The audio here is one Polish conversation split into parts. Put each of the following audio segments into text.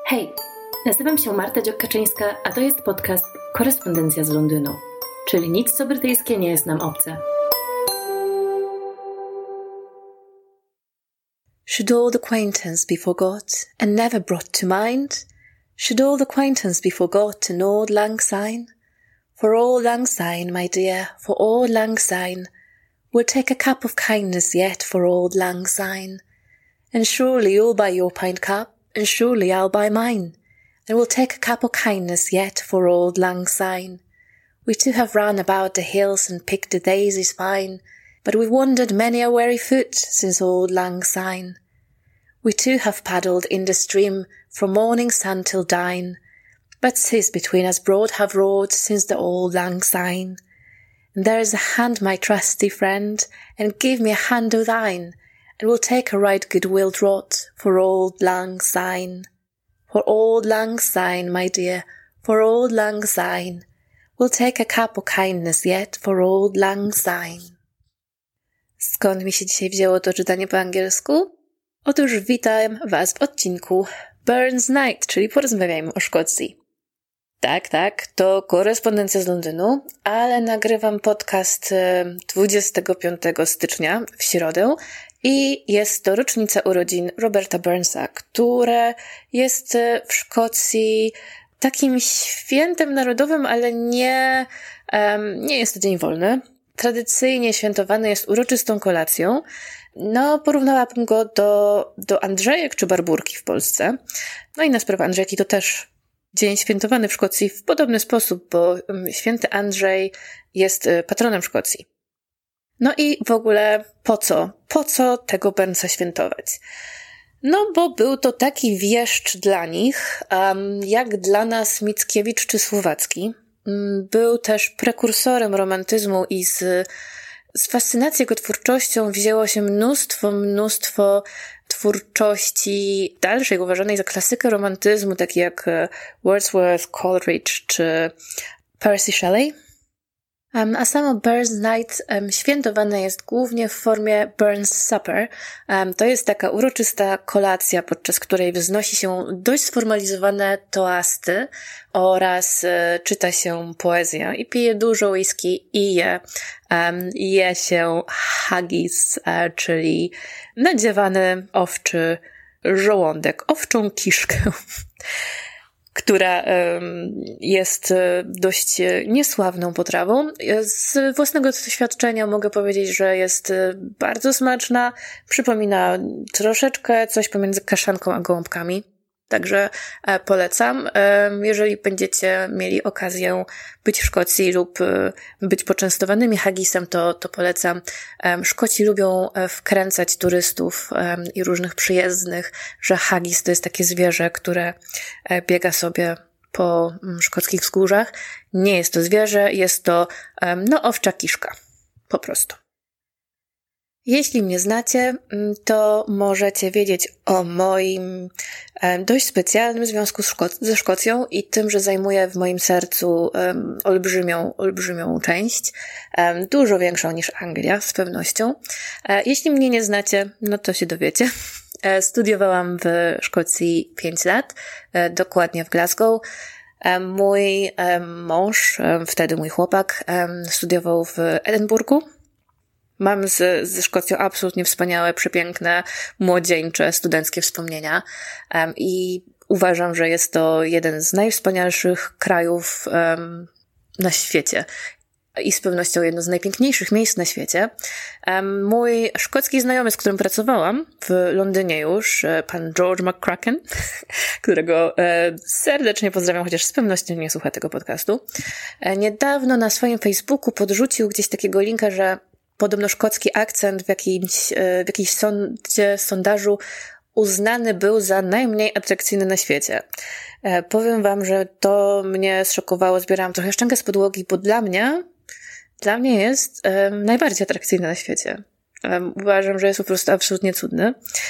Hej, nazywam się Marta Dziokaczyńska, a to jest podcast Korespondencja z Londynu, czyli nic co brytyjskie nie jest nam obce. Should old acquaintance be forgot and never brought to mind? Should old acquaintance be forgot and auld lang syne? For auld lang syne, my dear, for auld lang syne, we'll take a cup of kindness yet for auld lang syne. And surely you'll buy your pint cup, and surely I'll buy mine, and we'll take a cup of kindness yet for auld lang syne. We too have run about the hills and picked the daisies fine, but we've wandered many a weary foot since auld lang syne. We too have paddled in the stream from morning sun till dine, but seas between us broad have roared since the auld lang syne. And there is a hand, my trusty friend, and give me a hand o' thine, and we'll take a right good-will draught for auld lang syne. For auld lang syne, my dear, for auld lang syne, we'll take a cup of kindness yet for auld lang syne. Skąd mi się dzisiaj wzięło to czytanie po angielsku? Otóż witam Was w odcinku Burns Night, czyli porozmawiajmy o Szkocji. Tak, to korespondencja z Londynu, ale nagrywam podcast 25 stycznia w środę i jest to rocznica urodzin Roberta Burnsa, które jest w Szkocji takim świętem narodowym, ale nie jest to dzień wolny. Tradycyjnie świętowany jest uroczystą kolacją. Porównałabym go do Andrzejek czy Barburki w Polsce. No i na sprawę Andrzejki to też dzień świętowany w Szkocji w podobny sposób, bo święty Andrzej jest patronem Szkocji. No i w ogóle po co tego Burnsa świętować? No bo był to taki wieszcz dla nich, jak dla nas Mickiewicz czy Słowacki. Był też prekursorem romantyzmu i z fascynacji jego twórczością wzięło się mnóstwo twórczości dalszej, uważanej za klasykę romantyzmu, takie jak Wordsworth, Coleridge czy Percy Shelley. A samo Burns Night świętowane jest głównie w formie Burns Supper. To jest taka uroczysta kolacja, podczas której wznosi się dość sformalizowane toasty oraz czyta się poezja i pije dużo whisky i je się haggis, czyli nadziewany owczy żołądek, owczą kiszkę, która jest dość niesławną potrawą. Z własnego doświadczenia mogę powiedzieć, że jest bardzo smaczna. Przypomina troszeczkę coś pomiędzy kaszanką a gołąbkami. Także polecam. Jeżeli będziecie mieli okazję być w Szkocji lub być poczęstowanymi haggisem, to polecam. Szkoci lubią wkręcać turystów i różnych przyjezdnych, że haggis to jest takie zwierzę, które biega sobie po szkockich wzgórzach. Nie jest to zwierzę, jest to owcza kiszka. Po prostu. Jeśli mnie znacie, to możecie wiedzieć o moim dość specjalnym związku ze Szkocją i tym, że zajmuje w moim sercu olbrzymią część, dużo większą niż Anglia, z pewnością. Jeśli mnie nie znacie, no to się dowiecie. Studiowałam w Szkocji 5 lat, dokładnie w Glasgow. Mój mąż, wtedy mój chłopak, studiował w Edynburgu. Mam ze Szkocją absolutnie wspaniałe, przepiękne, młodzieńcze, studenckie wspomnienia i uważam, że jest to jeden z najwspanialszych krajów na świecie i z pewnością jedno z najpiękniejszych miejsc na świecie. Mój szkocki znajomy, z którym pracowałam w Londynie już, pan George McCracken, którego serdecznie pozdrawiam, chociaż z pewnością nie słucha tego podcastu, niedawno na swoim Facebooku podrzucił gdzieś takiego linka, że podobno szkocki akcent w jakimś sondażu uznany był za najmniej atrakcyjny na świecie. Powiem wam, że to mnie zszokowało, zbierałam trochę szczękę z podłogi, bo dla mnie jest najbardziej atrakcyjny na świecie. Uważam, że jest po prostu absolutnie cudny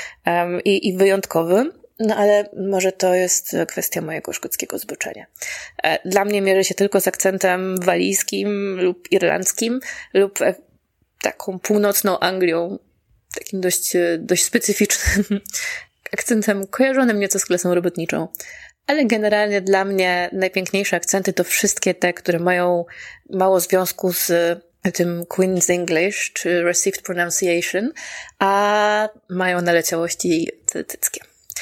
i wyjątkowy. No ale może to jest kwestia mojego szkockiego zboczenia. Dla mnie mierzy się tylko z akcentem walijskim lub irlandzkim lub taką północną Anglią, takim dość specyficznym. akcentem kojarzonym nieco z klasą robotniczą. Ale generalnie dla mnie najpiękniejsze akcenty to wszystkie te, które mają mało związku z tym Queen's English czy Received Pronunciation, a mają naleciałości celtyckie.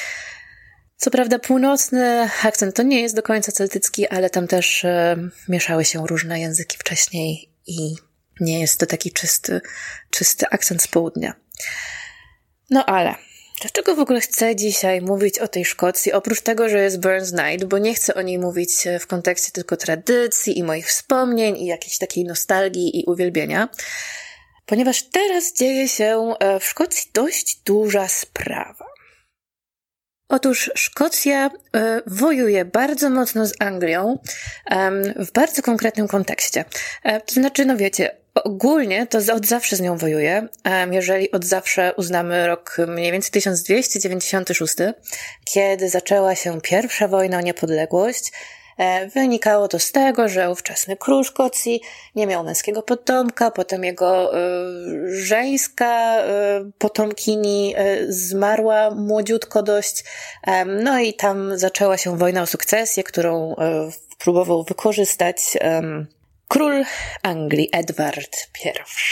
Co prawda północny akcent to nie jest do końca celtycki, ale tam też mieszały się różne języki wcześniej i nie jest to taki czysty akcent z południa. No ale dlaczego w ogóle chcę dzisiaj mówić o tej Szkocji, oprócz tego, że jest Burns Night, bo nie chcę o niej mówić w kontekście tylko tradycji i moich wspomnień i jakiejś takiej nostalgii i uwielbienia, ponieważ teraz dzieje się w Szkocji dość duża sprawa. Otóż Szkocja wojuje bardzo mocno z Anglią w bardzo konkretnym kontekście. To znaczy, no wiecie, ogólnie to od zawsze z nią wojuje, jeżeli od zawsze uznamy rok mniej więcej 1296, kiedy zaczęła się pierwsza wojna o niepodległość. Wynikało to z tego, że ówczesny król Szkocji nie miał męskiego potomka, potem jego żeńska potomkini zmarła młodziutko dość, no i tam zaczęła się wojna o sukcesję, którą próbował wykorzystać król Anglii, Edward I.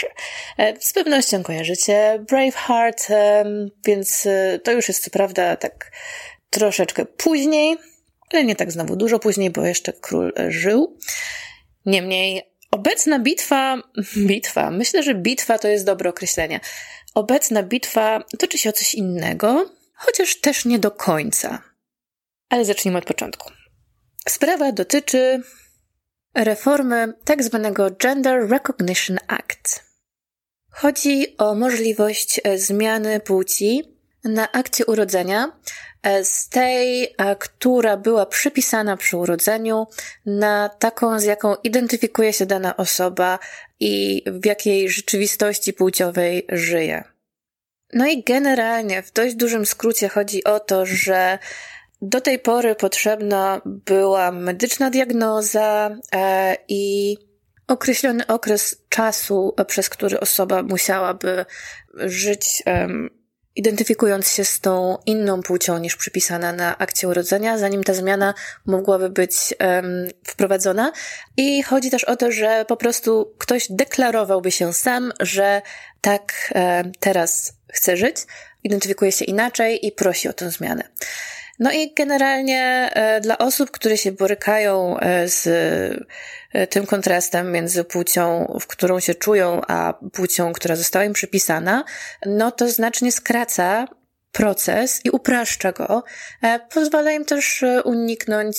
Z pewnością kojarzycie Braveheart, więc to już jest co prawda tak troszeczkę później, ale nie tak znowu dużo później, bo jeszcze król żył. Niemniej obecna bitwa, myślę, że bitwa to jest dobre określenie. Obecna bitwa toczy się o coś innego, chociaż też nie do końca. Ale zacznijmy od początku. Sprawa dotyczy reformy tak zwanego Gender Recognition Act. Chodzi o możliwość zmiany płci na akcie urodzenia z tej, która była przypisana przy urodzeniu, na taką, z jaką identyfikuje się dana osoba i w jakiej rzeczywistości płciowej żyje. No i generalnie w dość dużym skrócie chodzi o to, że do tej pory potrzebna była medyczna diagnoza i określony okres czasu, przez który osoba musiałaby żyć, identyfikując się z tą inną płcią niż przypisana na akcie urodzenia, zanim ta zmiana mogłaby być wprowadzona. I chodzi też o to, że po prostu ktoś deklarowałby się sam, że tak teraz chce żyć, identyfikuje się inaczej i prosi o tę zmianę. No i generalnie dla osób, które się borykają z tym kontrastem między płcią, w którą się czują, a płcią, która została im przypisana, no to znacznie skraca proces i upraszcza go. Pozwala im też uniknąć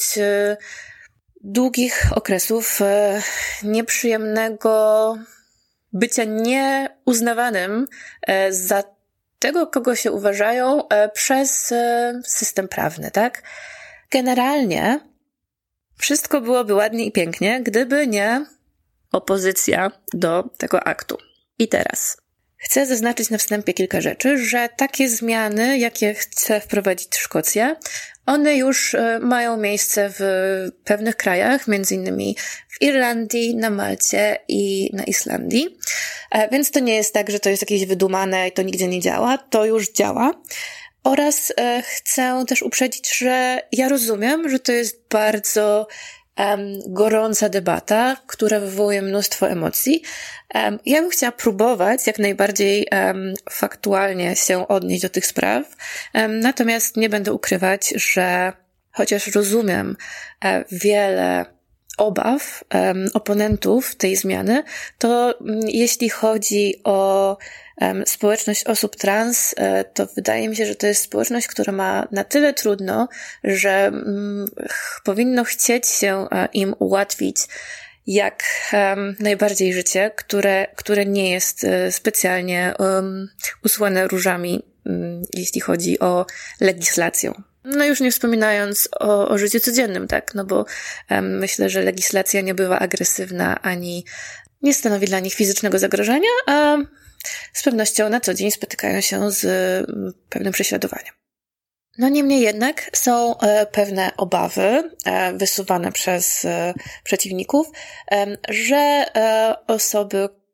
długich okresów nieprzyjemnego bycia nieuznawanym za tego, kogo się uważają przez system prawny, tak? Generalnie wszystko byłoby ładnie i pięknie, gdyby nie opozycja do tego aktu. I teraz chcę zaznaczyć na wstępie kilka rzeczy, że takie zmiany, jakie chce wprowadzić Szkocja, one już mają miejsce w pewnych krajach, między innymi w Irlandii, na Malcie i na Islandii. Więc to nie jest tak, że to jest jakieś wydumane i to nigdzie nie działa. To już działa. Oraz chcę też uprzedzić, że ja rozumiem, że to jest bardzo gorąca debata, która wywołuje mnóstwo emocji. Ja bym chciała próbować jak najbardziej faktualnie się odnieść do tych spraw, natomiast nie będę ukrywać, że chociaż rozumiem wiele obaw oponentów tej zmiany, to jeśli chodzi o społeczność osób trans, to wydaje mi się, że to jest społeczność, która ma na tyle trudno, że powinno chcieć się im ułatwić jak najbardziej życie, które nie jest specjalnie usłane różami, jeśli chodzi o legislację. No już nie wspominając o życiu codziennym, tak, no bo myślę, że legislacja nie bywa agresywna ani nie stanowi dla nich fizycznego zagrożenia, a z pewnością na co dzień spotykają się z pewnym prześladowaniem. No niemniej jednak są pewne obawy wysuwane przez przeciwników, że osoby,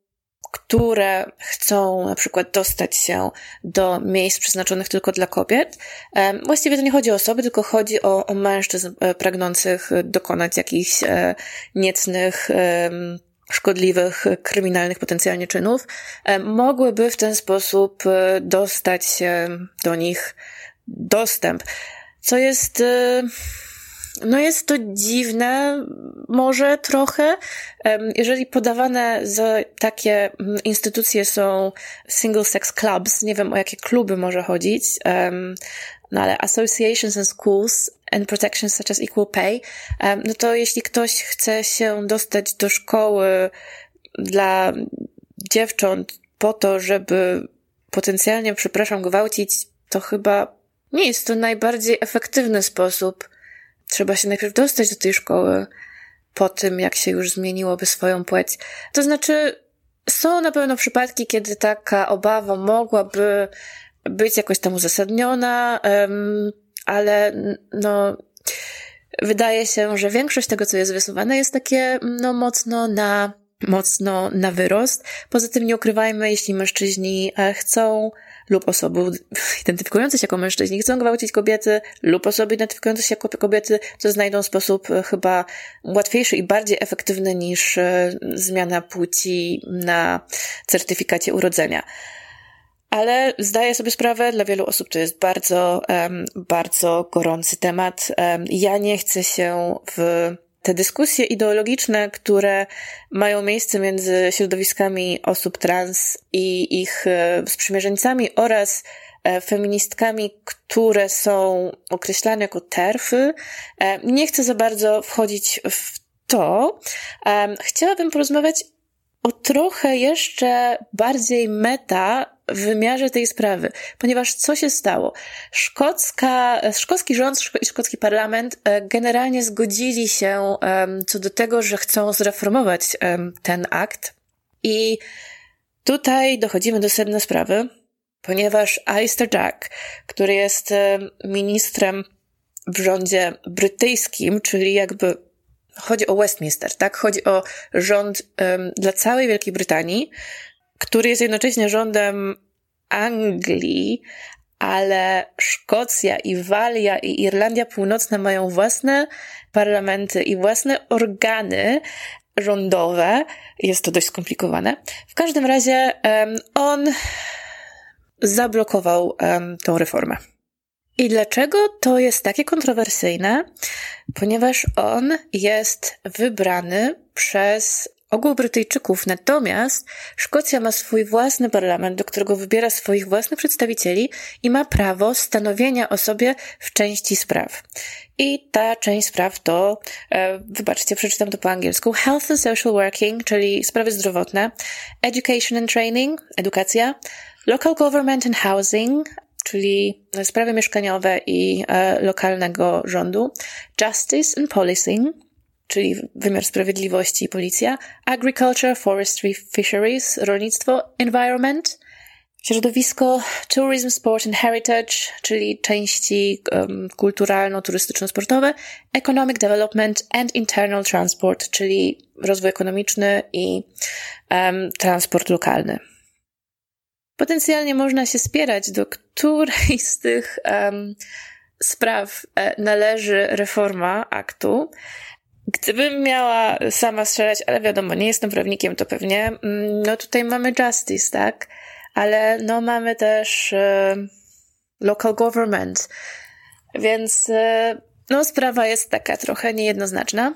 które chcą na przykład dostać się do miejsc przeznaczonych tylko dla kobiet. Właściwie to nie chodzi o osoby, tylko chodzi o mężczyzn pragnących dokonać jakichś niecnych, szkodliwych, kryminalnych potencjalnie czynów, mogłyby w ten sposób dostać się do nich dostęp. Co jest, jest to dziwne, może trochę, jeżeli podawane za takie instytucje są single sex clubs, nie wiem o jakie kluby może chodzić, ale associations and schools and protections such as equal pay, no to jeśli ktoś chce się dostać do szkoły dla dziewcząt po to, żeby potencjalnie, gwałcić, to chyba nie jest to najbardziej efektywny sposób. Trzeba się najpierw dostać do tej szkoły po tym, jak się już zmieniłoby swoją płeć. To znaczy, są na pewno przypadki, kiedy taka obawa mogłaby być jakoś tam uzasadniona, ale wydaje się, że większość tego, co jest wysuwane, jest takie mocno na wyrost. Poza tym nie ukrywajmy, jeśli mężczyźni chcą lub osoby identyfikujące się jako mężczyźni chcą gwałcić kobiety lub osoby identyfikujące się jako kobiety, to znajdą sposób chyba łatwiejszy i bardziej efektywny niż zmiana płci na certyfikacie urodzenia. Ale zdaję sobie sprawę, dla wielu osób to jest bardzo, bardzo gorący temat. Ja nie chcę się w te dyskusje ideologiczne, które mają miejsce między środowiskami osób trans i ich sprzymierzeńcami oraz feministkami, które są określane jako TERFy. Nie chcę za bardzo wchodzić w to. Chciałabym porozmawiać o trochę jeszcze bardziej meta wymiarze tej sprawy, ponieważ co się stało? Szkocki rząd i szkocki parlament generalnie zgodzili się co do tego, że chcą zreformować ten akt i tutaj dochodzimy do sedna sprawy, ponieważ Alistair Jack, który jest ministrem w rządzie brytyjskim, czyli jakby chodzi o Westminster, tak? Chodzi o rząd dla całej Wielkiej Brytanii, który jest jednocześnie rządem Anglii, ale Szkocja i Walia i Irlandia Północna mają własne parlamenty i własne organy rządowe. Jest to dość skomplikowane. W każdym razie on zablokował tą reformę. I dlaczego to jest takie kontrowersyjne? Ponieważ on jest wybrany przez ogół Brytyjczyków, natomiast Szkocja ma swój własny parlament, do którego wybiera swoich własnych przedstawicieli i ma prawo stanowienia o sobie w części spraw. I ta część spraw to, przeczytam to po angielsku, health and social working, czyli sprawy zdrowotne, education and training, edukacja, local government and housing, czyli sprawy mieszkaniowe i lokalnego rządu, justice and policing, czyli wymiar sprawiedliwości i policja, agriculture, forestry, fisheries, rolnictwo, environment, środowisko, tourism, sport and heritage, czyli części kulturalno-turystyczno-sportowe, economic development and internal transport, czyli rozwój ekonomiczny i transport lokalny. Potencjalnie można się spierać, do której z tych spraw należy reforma aktu. Gdybym miała sama strzelać, ale wiadomo, nie jestem prawnikiem, to pewnie, tutaj mamy justice, tak? Ale mamy też local government, więc sprawa jest taka trochę niejednoznaczna.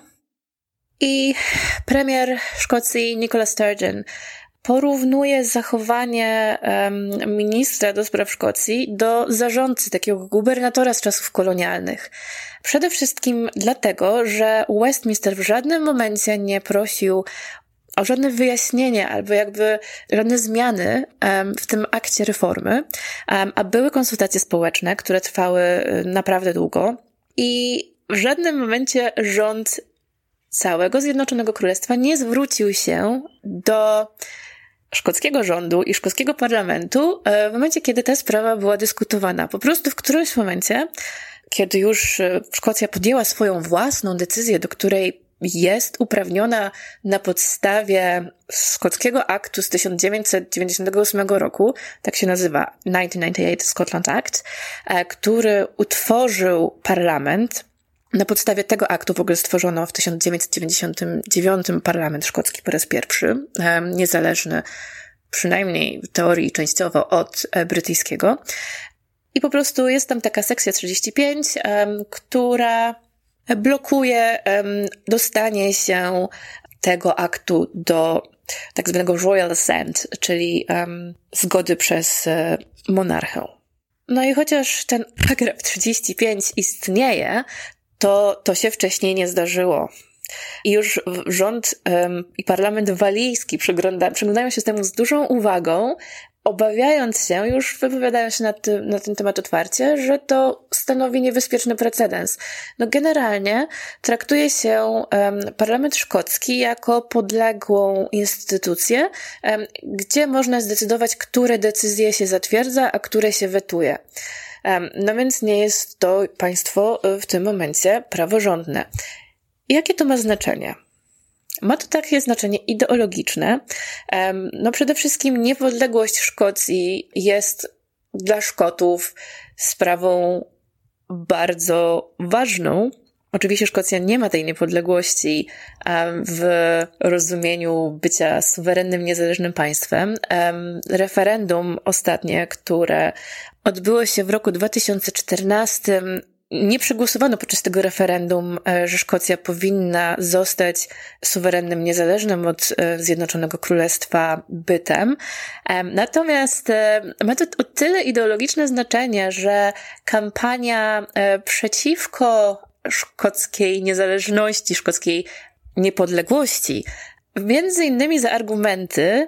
I premier Szkocji Nicola Sturgeon porównuje zachowanie ministra do spraw Szkocji do zarządcy, takiego gubernatora z czasów kolonialnych. Przede wszystkim dlatego, że Westminster w żadnym momencie nie prosił o żadne wyjaśnienie albo jakby żadne zmiany w tym akcie reformy, a były konsultacje społeczne, które trwały naprawdę długo i w żadnym momencie rząd całego Zjednoczonego Królestwa nie zwrócił się do szkockiego rządu i szkockiego parlamentu w momencie, kiedy ta sprawa była dyskutowana. Po prostu w którymś momencie, kiedy już Szkocja podjęła swoją własną decyzję, do której jest uprawniona na podstawie szkockiego aktu z 1998 roku, tak się nazywa 1998 Scotland Act, który utworzył parlament. Na podstawie tego aktu w ogóle stworzono w 1999 parlament szkocki po raz pierwszy, niezależny przynajmniej w teorii częściowo od brytyjskiego. I po prostu jest tam taka sekcja 35, która blokuje dostanie się tego aktu do tak zwanego royal assent, czyli zgody przez monarchę. No i chociaż ten paragraf 35 istnieje, to się wcześniej nie zdarzyło. I już rząd i parlament walijski przyglądają się temu z dużą uwagą, obawiając się, już wypowiadają się na ten temat otwarcie, że to stanowi niebezpieczny precedens. No generalnie traktuje się parlament szkocki jako podległą instytucję, gdzie można zdecydować, które decyzje się zatwierdza, a które się wetuje. No więc nie jest to państwo w tym momencie praworządne. Jakie to ma znaczenie? Ma to takie znaczenie ideologiczne. No przede wszystkim niepodległość Szkocji jest dla Szkotów sprawą bardzo ważną. Oczywiście Szkocja nie ma tej niepodległości w rozumieniu bycia suwerennym, niezależnym państwem. Referendum ostatnie, które odbyło się w roku 2014, nie przegłosowano podczas tego referendum, że Szkocja powinna zostać suwerennym, niezależnym od Zjednoczonego Królestwa bytem. Natomiast ma to o tyle ideologiczne znaczenie, że kampania przeciwko szkockiej niezależności, szkockiej niepodległości, między innymi za argumenty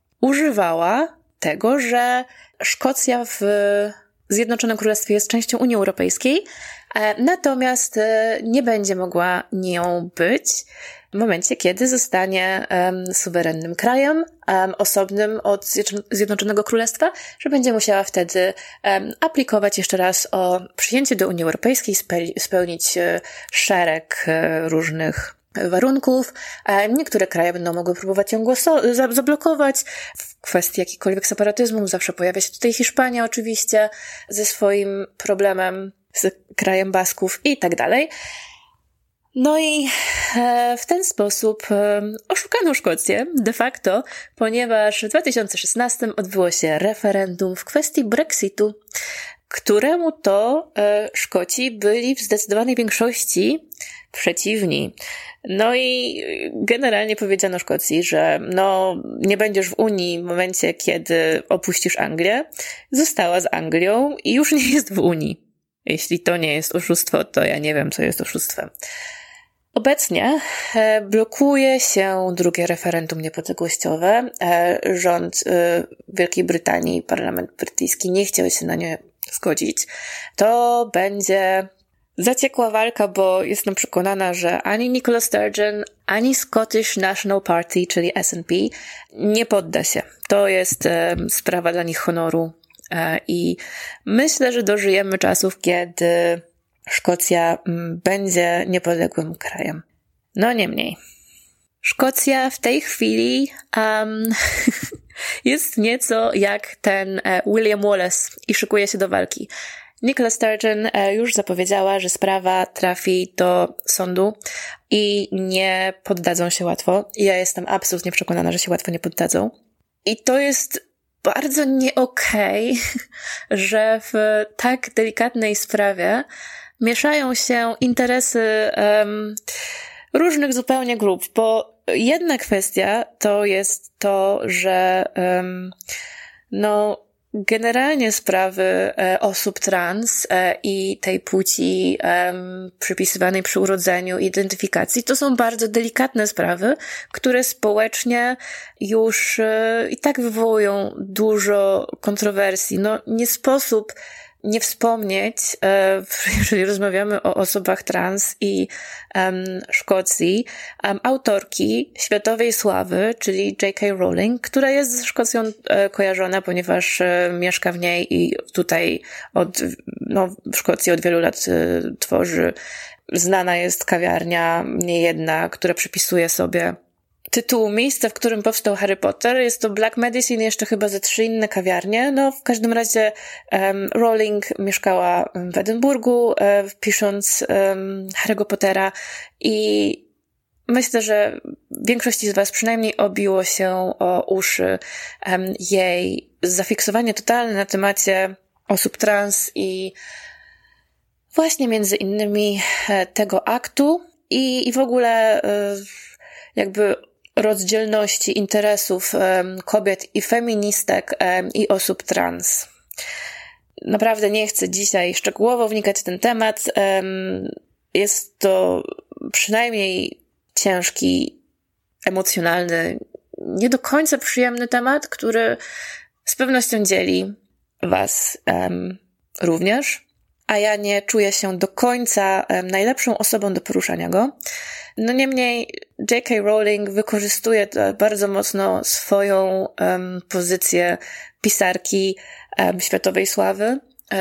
używała tego, że Szkocja w Zjednoczonym Królestwie jest częścią Unii Europejskiej, natomiast nie będzie mogła nią być w momencie, kiedy zostanie suwerennym krajem, osobnym od Zjednoczonego Królestwa, że będzie musiała wtedy aplikować jeszcze raz o przyjęcie do Unii Europejskiej, spełnić szereg różnych warunków. Niektóre kraje będą mogły próbować ją zablokować. W kwestii jakichkolwiek separatyzmu zawsze pojawia się tutaj Hiszpania oczywiście ze swoim problemem z krajem Basków i tak dalej. No i w ten sposób oszukano Szkocję de facto, ponieważ w 2016 odbyło się referendum w kwestii Brexitu, któremu to Szkoci byli w zdecydowanej większości przeciwni. No i generalnie powiedziano Szkocji, że nie będziesz w Unii w momencie, kiedy opuścisz Anglię. Została z Anglią i już nie jest w Unii. Jeśli to nie jest oszustwo, to ja nie wiem, co jest oszustwem. Obecnie blokuje się drugie referendum niepodległościowe. Rząd Wielkiej Brytanii, parlament brytyjski nie chciał się na nie zgodzić. To będzie zaciekła walka, bo jestem przekonana, że ani Nicola Sturgeon, ani Scottish National Party, czyli SNP, nie podda się. To jest sprawa dla nich honoru i myślę, że dożyjemy czasów, kiedy Szkocja będzie niepodległym krajem. No niemniej. Szkocja w tej chwili jest nieco jak ten William Wallace i szykuje się do walki. Nicola Sturgeon już zapowiedziała, że sprawa trafi do sądu i nie poddadzą się łatwo. Ja jestem absolutnie przekonana, że się łatwo nie poddadzą. I to jest bardzo nie okej, że w tak delikatnej sprawie mieszają się interesy różnych zupełnie grup, bo jedna kwestia to jest to, że generalnie sprawy osób trans i tej płci przypisywanej przy urodzeniu, identyfikacji, to są bardzo delikatne sprawy, które społecznie już i tak wywołują dużo kontrowersji. Nie sposób nie wspomnieć, jeżeli rozmawiamy o osobach trans i Szkocji, autorki światowej sławy, czyli J.K. Rowling, która jest z Szkocją kojarzona, ponieważ mieszka w niej i tutaj w Szkocji od wielu lat tworzy znana jest kawiarnia, nie jedna, która przypisuje sobie tytuł miejsca, w którym powstał Harry Potter. Jest to Black Medicine, jeszcze chyba ze 3 inne kawiarnie. No, w każdym razie Rowling mieszkała w Edynburgu, pisząc Harry'ego Pottera i myślę, że większości z was przynajmniej obiło się o uszy jej zafiksowanie totalne na temacie osób trans i właśnie między innymi tego aktu i w ogóle jakby rozdzielności interesów kobiet i feministek i osób trans. Naprawdę nie chcę dzisiaj szczegółowo wnikać w ten temat. Jest to przynajmniej ciężki, emocjonalny, nie do końca przyjemny temat, który z pewnością dzieli was również, a ja nie czuję się do końca najlepszą osobą do poruszania go. No niemniej J.K. Rowling wykorzystuje bardzo mocno swoją pozycję pisarki światowej sławy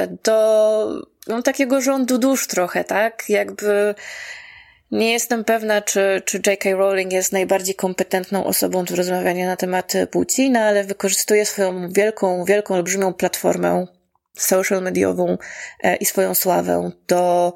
do takiego rządu dusz trochę, tak? Jakby nie jestem pewna, czy J.K. Rowling jest najbardziej kompetentną osobą do rozmawiania na tematy płci, no ale wykorzystuje swoją wielką, olbrzymią platformę social mediową i swoją sławę do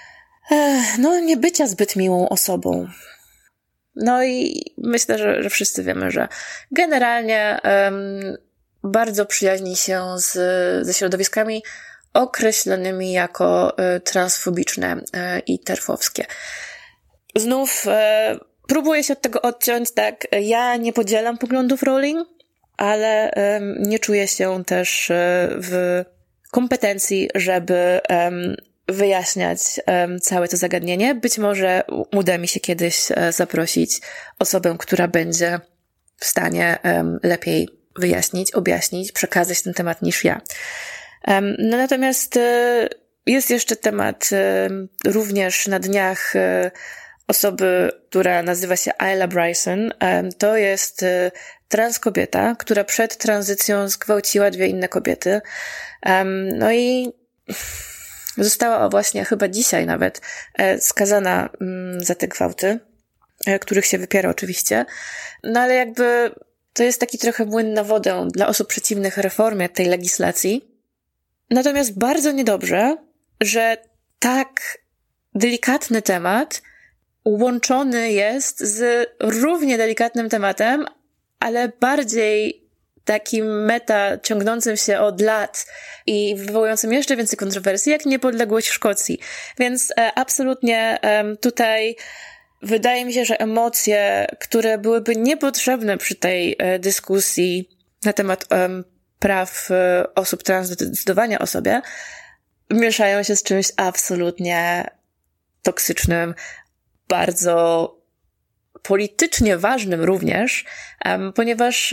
nie bycia zbyt miłą osobą. No i myślę, że wszyscy wiemy, że generalnie bardzo przyjaźni się ze środowiskami określonymi jako transfobiczne i terfowskie. Znów próbuję się od tego odciąć, tak, ja nie podzielam poglądów Rowling, ale nie czuję się też w kompetencji, żeby wyjaśniać całe to zagadnienie. Być może uda mi się kiedyś zaprosić osobę, która będzie w stanie lepiej wyjaśnić, objaśnić, przekazać ten temat niż ja. No natomiast jest jeszcze temat również na dniach osoby, która nazywa się Isla Bryson. To jest trans kobieta, która przed tranzycją zgwałciła 2 inne kobiety. No i została właśnie chyba dzisiaj nawet skazana za te gwałty, których się wypiera oczywiście. No ale jakby to jest taki trochę młyn na wodę dla osób przeciwnych reformie tej legislacji. Natomiast bardzo niedobrze, że tak delikatny temat łączony jest z równie delikatnym tematem, ale bardziej takim meta ciągnącym się od lat i wywołującym jeszcze więcej kontrowersji, jak niepodległość Szkocji. Więc absolutnie tutaj wydaje mi się, że emocje, które byłyby niepotrzebne przy tej dyskusji na temat praw osób trans do decydowania o sobie, mieszają się z czymś absolutnie toksycznym, bardzo politycznie ważnym również, ponieważ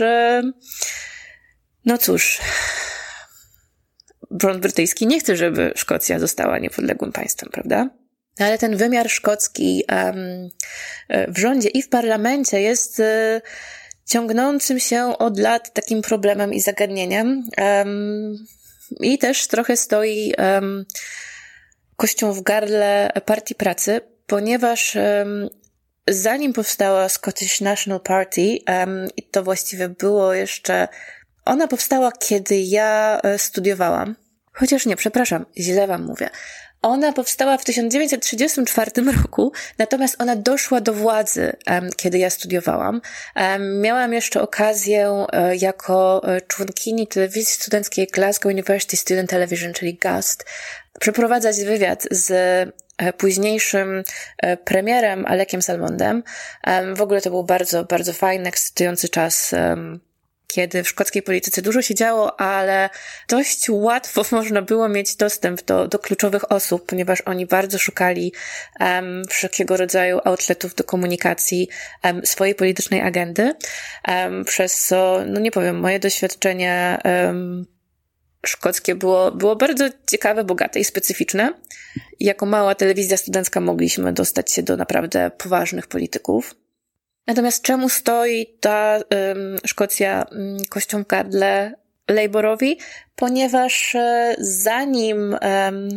no cóż, rząd brytyjski nie chce, żeby Szkocja została niepodległym państwem, prawda? Ale ten wymiar szkocki w rządzie i w parlamencie jest ciągnącym się od lat takim problemem i zagadnieniem i też trochę stoi kością w gardle Partii Pracy, ponieważ zanim powstała Scottish National Party, i to właściwie było jeszcze, ona powstała, kiedy ja studiowałam. Chociaż nie, przepraszam, źle wam mówię. Ona powstała w 1934 roku, natomiast ona doszła do władzy, kiedy ja studiowałam. Miałam jeszcze okazję jako członkini telewizji studenckiej Glasgow University Student Television, czyli GUST, przeprowadzać wywiad z późniejszym premierem Alekiem Salmondem. W ogóle to był bardzo, bardzo fajny, ekscytujący czas, kiedy w szkockiej polityce dużo się działo, ale dość łatwo można było mieć dostęp do kluczowych osób, ponieważ oni bardzo szukali wszelkiego rodzaju outletów do komunikacji swojej politycznej agendy, przez co, no nie powiem, moje doświadczenie szkockie było bardzo ciekawe, bogate i specyficzne. Jako mała telewizja studencka mogliśmy dostać się do naprawdę poważnych polityków. Natomiast czemu stoi ta Szkocja kością w gardle Laboorowi? Ponieważ zanim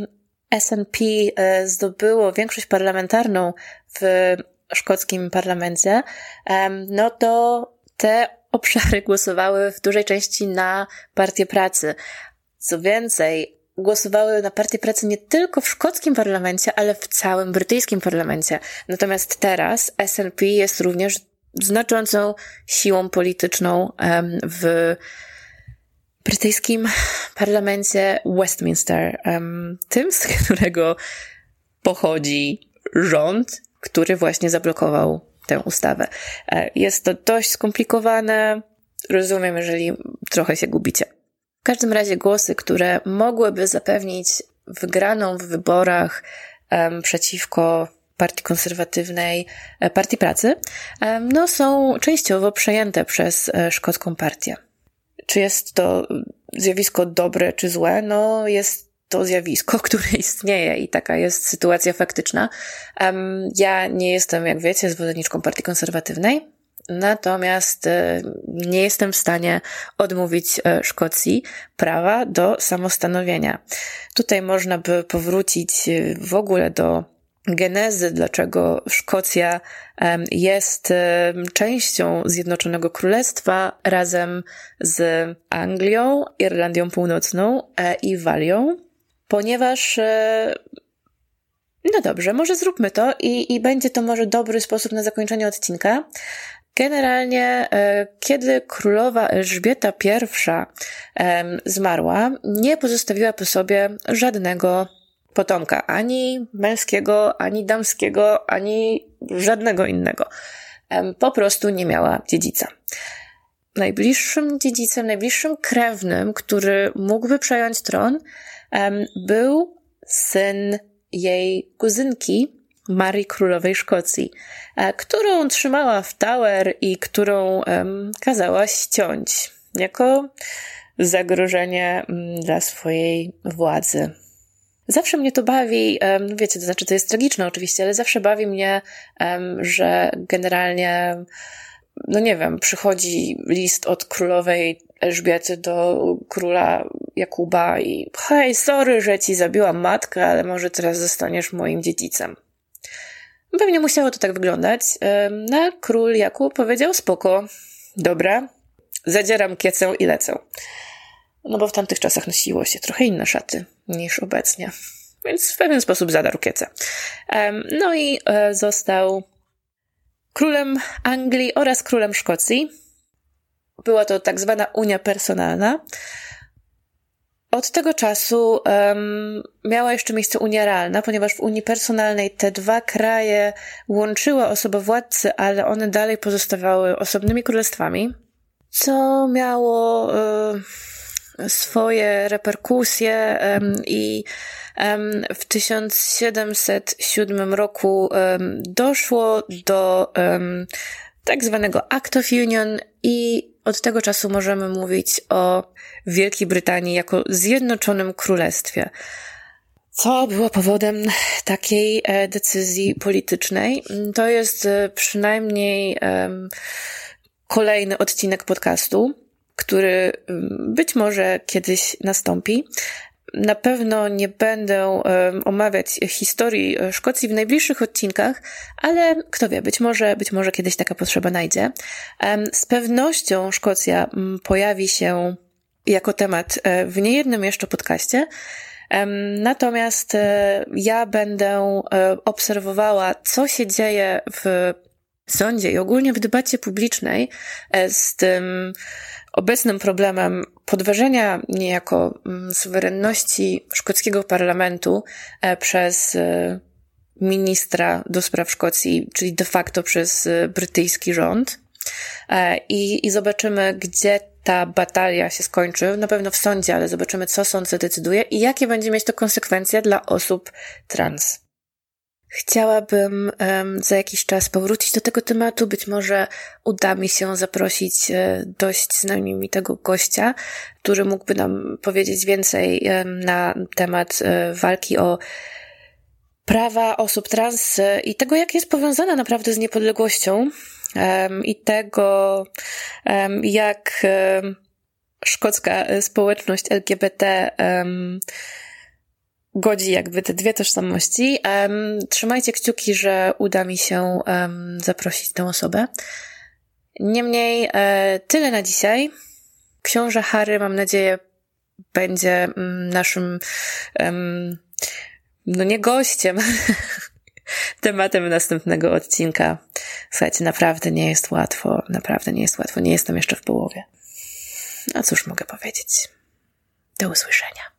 SNP zdobyło większość parlamentarną w szkockim parlamencie, no to te obszary głosowały w dużej części na Partię Pracy. Co więcej, głosowały na Partię Pracy nie tylko w szkockim parlamencie, ale w całym brytyjskim parlamencie. Natomiast teraz SNP jest również znaczącą siłą polityczną w brytyjskim parlamencie Westminster, tym, z którego pochodzi rząd, który właśnie zablokował tę ustawę. Jest to dość skomplikowane, rozumiem, jeżeli trochę się gubicie. W każdym razie głosy, które mogłyby zapewnić wygraną w wyborach przeciwko Partii Konserwatywnej, Partii Pracy, no są częściowo przejęte przez szkocką partię. Czy jest to zjawisko dobre czy złe? No jest to zjawisko, które istnieje i taka jest sytuacja faktyczna. Ja nie jestem, jak wiecie, zwolenniczką Partii Konserwatywnej, natomiast nie jestem w stanie odmówić Szkocji prawa do samostanowienia. Tutaj można by powrócić w ogóle do genezy, dlaczego Szkocja jest częścią Zjednoczonego Królestwa razem z Anglią, Irlandią Północną i Walią, ponieważ no dobrze, może zróbmy to i będzie to może dobry sposób na zakończenie odcinka. Generalnie, kiedy królowa Elżbieta I zmarła, nie pozostawiła po sobie żadnego potomka, ani męskiego, ani damskiego, ani żadnego innego. Po prostu nie miała dziedzica. Najbliższym dziedzicem, najbliższym krewnym, który mógłby przejąć tron, był syn jej kuzynki, Marii Królowej Szkocji, którą trzymała w Tower i którą kazała ściąć jako zagrożenie dla swojej władzy. Zawsze mnie to bawi, wiecie, to znaczy to jest tragiczne oczywiście, ale zawsze bawi mnie, że generalnie, no nie wiem, przychodzi list od królowej Elżbiety do króla Jakuba i hej, sorry, że ci zabiłam matkę, ale może teraz zostaniesz moim dziedzicem. Pewnie musiało to tak wyglądać. No, król Jakub powiedział spoko, dobra, zadzieram kiecę i lecę. No bo w tamtych czasach nosiło się trochę inne szaty niż obecnie. Więc w pewien sposób zadarł kiecę. No i został królem Anglii oraz królem Szkocji. Była to tak zwana unia personalna. Od tego czasu miała jeszcze miejsce unia realna, ponieważ w unii personalnej te dwa kraje łączyły osobowładcy, ale one dalej pozostawały osobnymi królestwami, co miało swoje reperkusje i w 1707 roku doszło do tak zwanego Act of Union i od tego czasu możemy mówić o Wielkiej Brytanii jako Zjednoczonym Królestwie. Co było powodem takiej decyzji politycznej? To jest przynajmniej kolejny odcinek podcastu, który być może kiedyś nastąpi. Na pewno nie będę omawiać historii Szkocji w najbliższych odcinkach, ale kto wie, być może kiedyś taka potrzeba najdzie. Z pewnością Szkocja pojawi się jako temat w niejednym jeszcze podcaście, natomiast ja będę obserwowała, co się dzieje w sądzie i ogólnie w debacie publicznej z tym obecnym problemem podważenia niejako suwerenności szkockiego parlamentu przez ministra do spraw Szkocji, czyli de facto przez brytyjski rząd. I zobaczymy, gdzie ta batalia się skończy. Na pewno w sądzie, ale zobaczymy, co sąd zadecyduje i jakie będzie mieć to konsekwencje dla osób trans. Chciałabym za jakiś czas powrócić do tego tematu. Być może uda mi się zaprosić dość znamienitego gościa, który mógłby nam powiedzieć więcej na temat walki o prawa osób trans i tego, jak jest powiązana naprawdę z niepodległością i tego, jak szkocka społeczność LGBT godzi jakby te dwie tożsamości. Trzymajcie kciuki, że uda mi się zaprosić tę osobę. Niemniej tyle na dzisiaj. Książę Harry, mam nadzieję, będzie naszym nie gościem, tematem następnego odcinka. Słuchajcie, naprawdę nie jest łatwo. Nie jestem jeszcze w połowie. A cóż mogę powiedzieć? Do usłyszenia.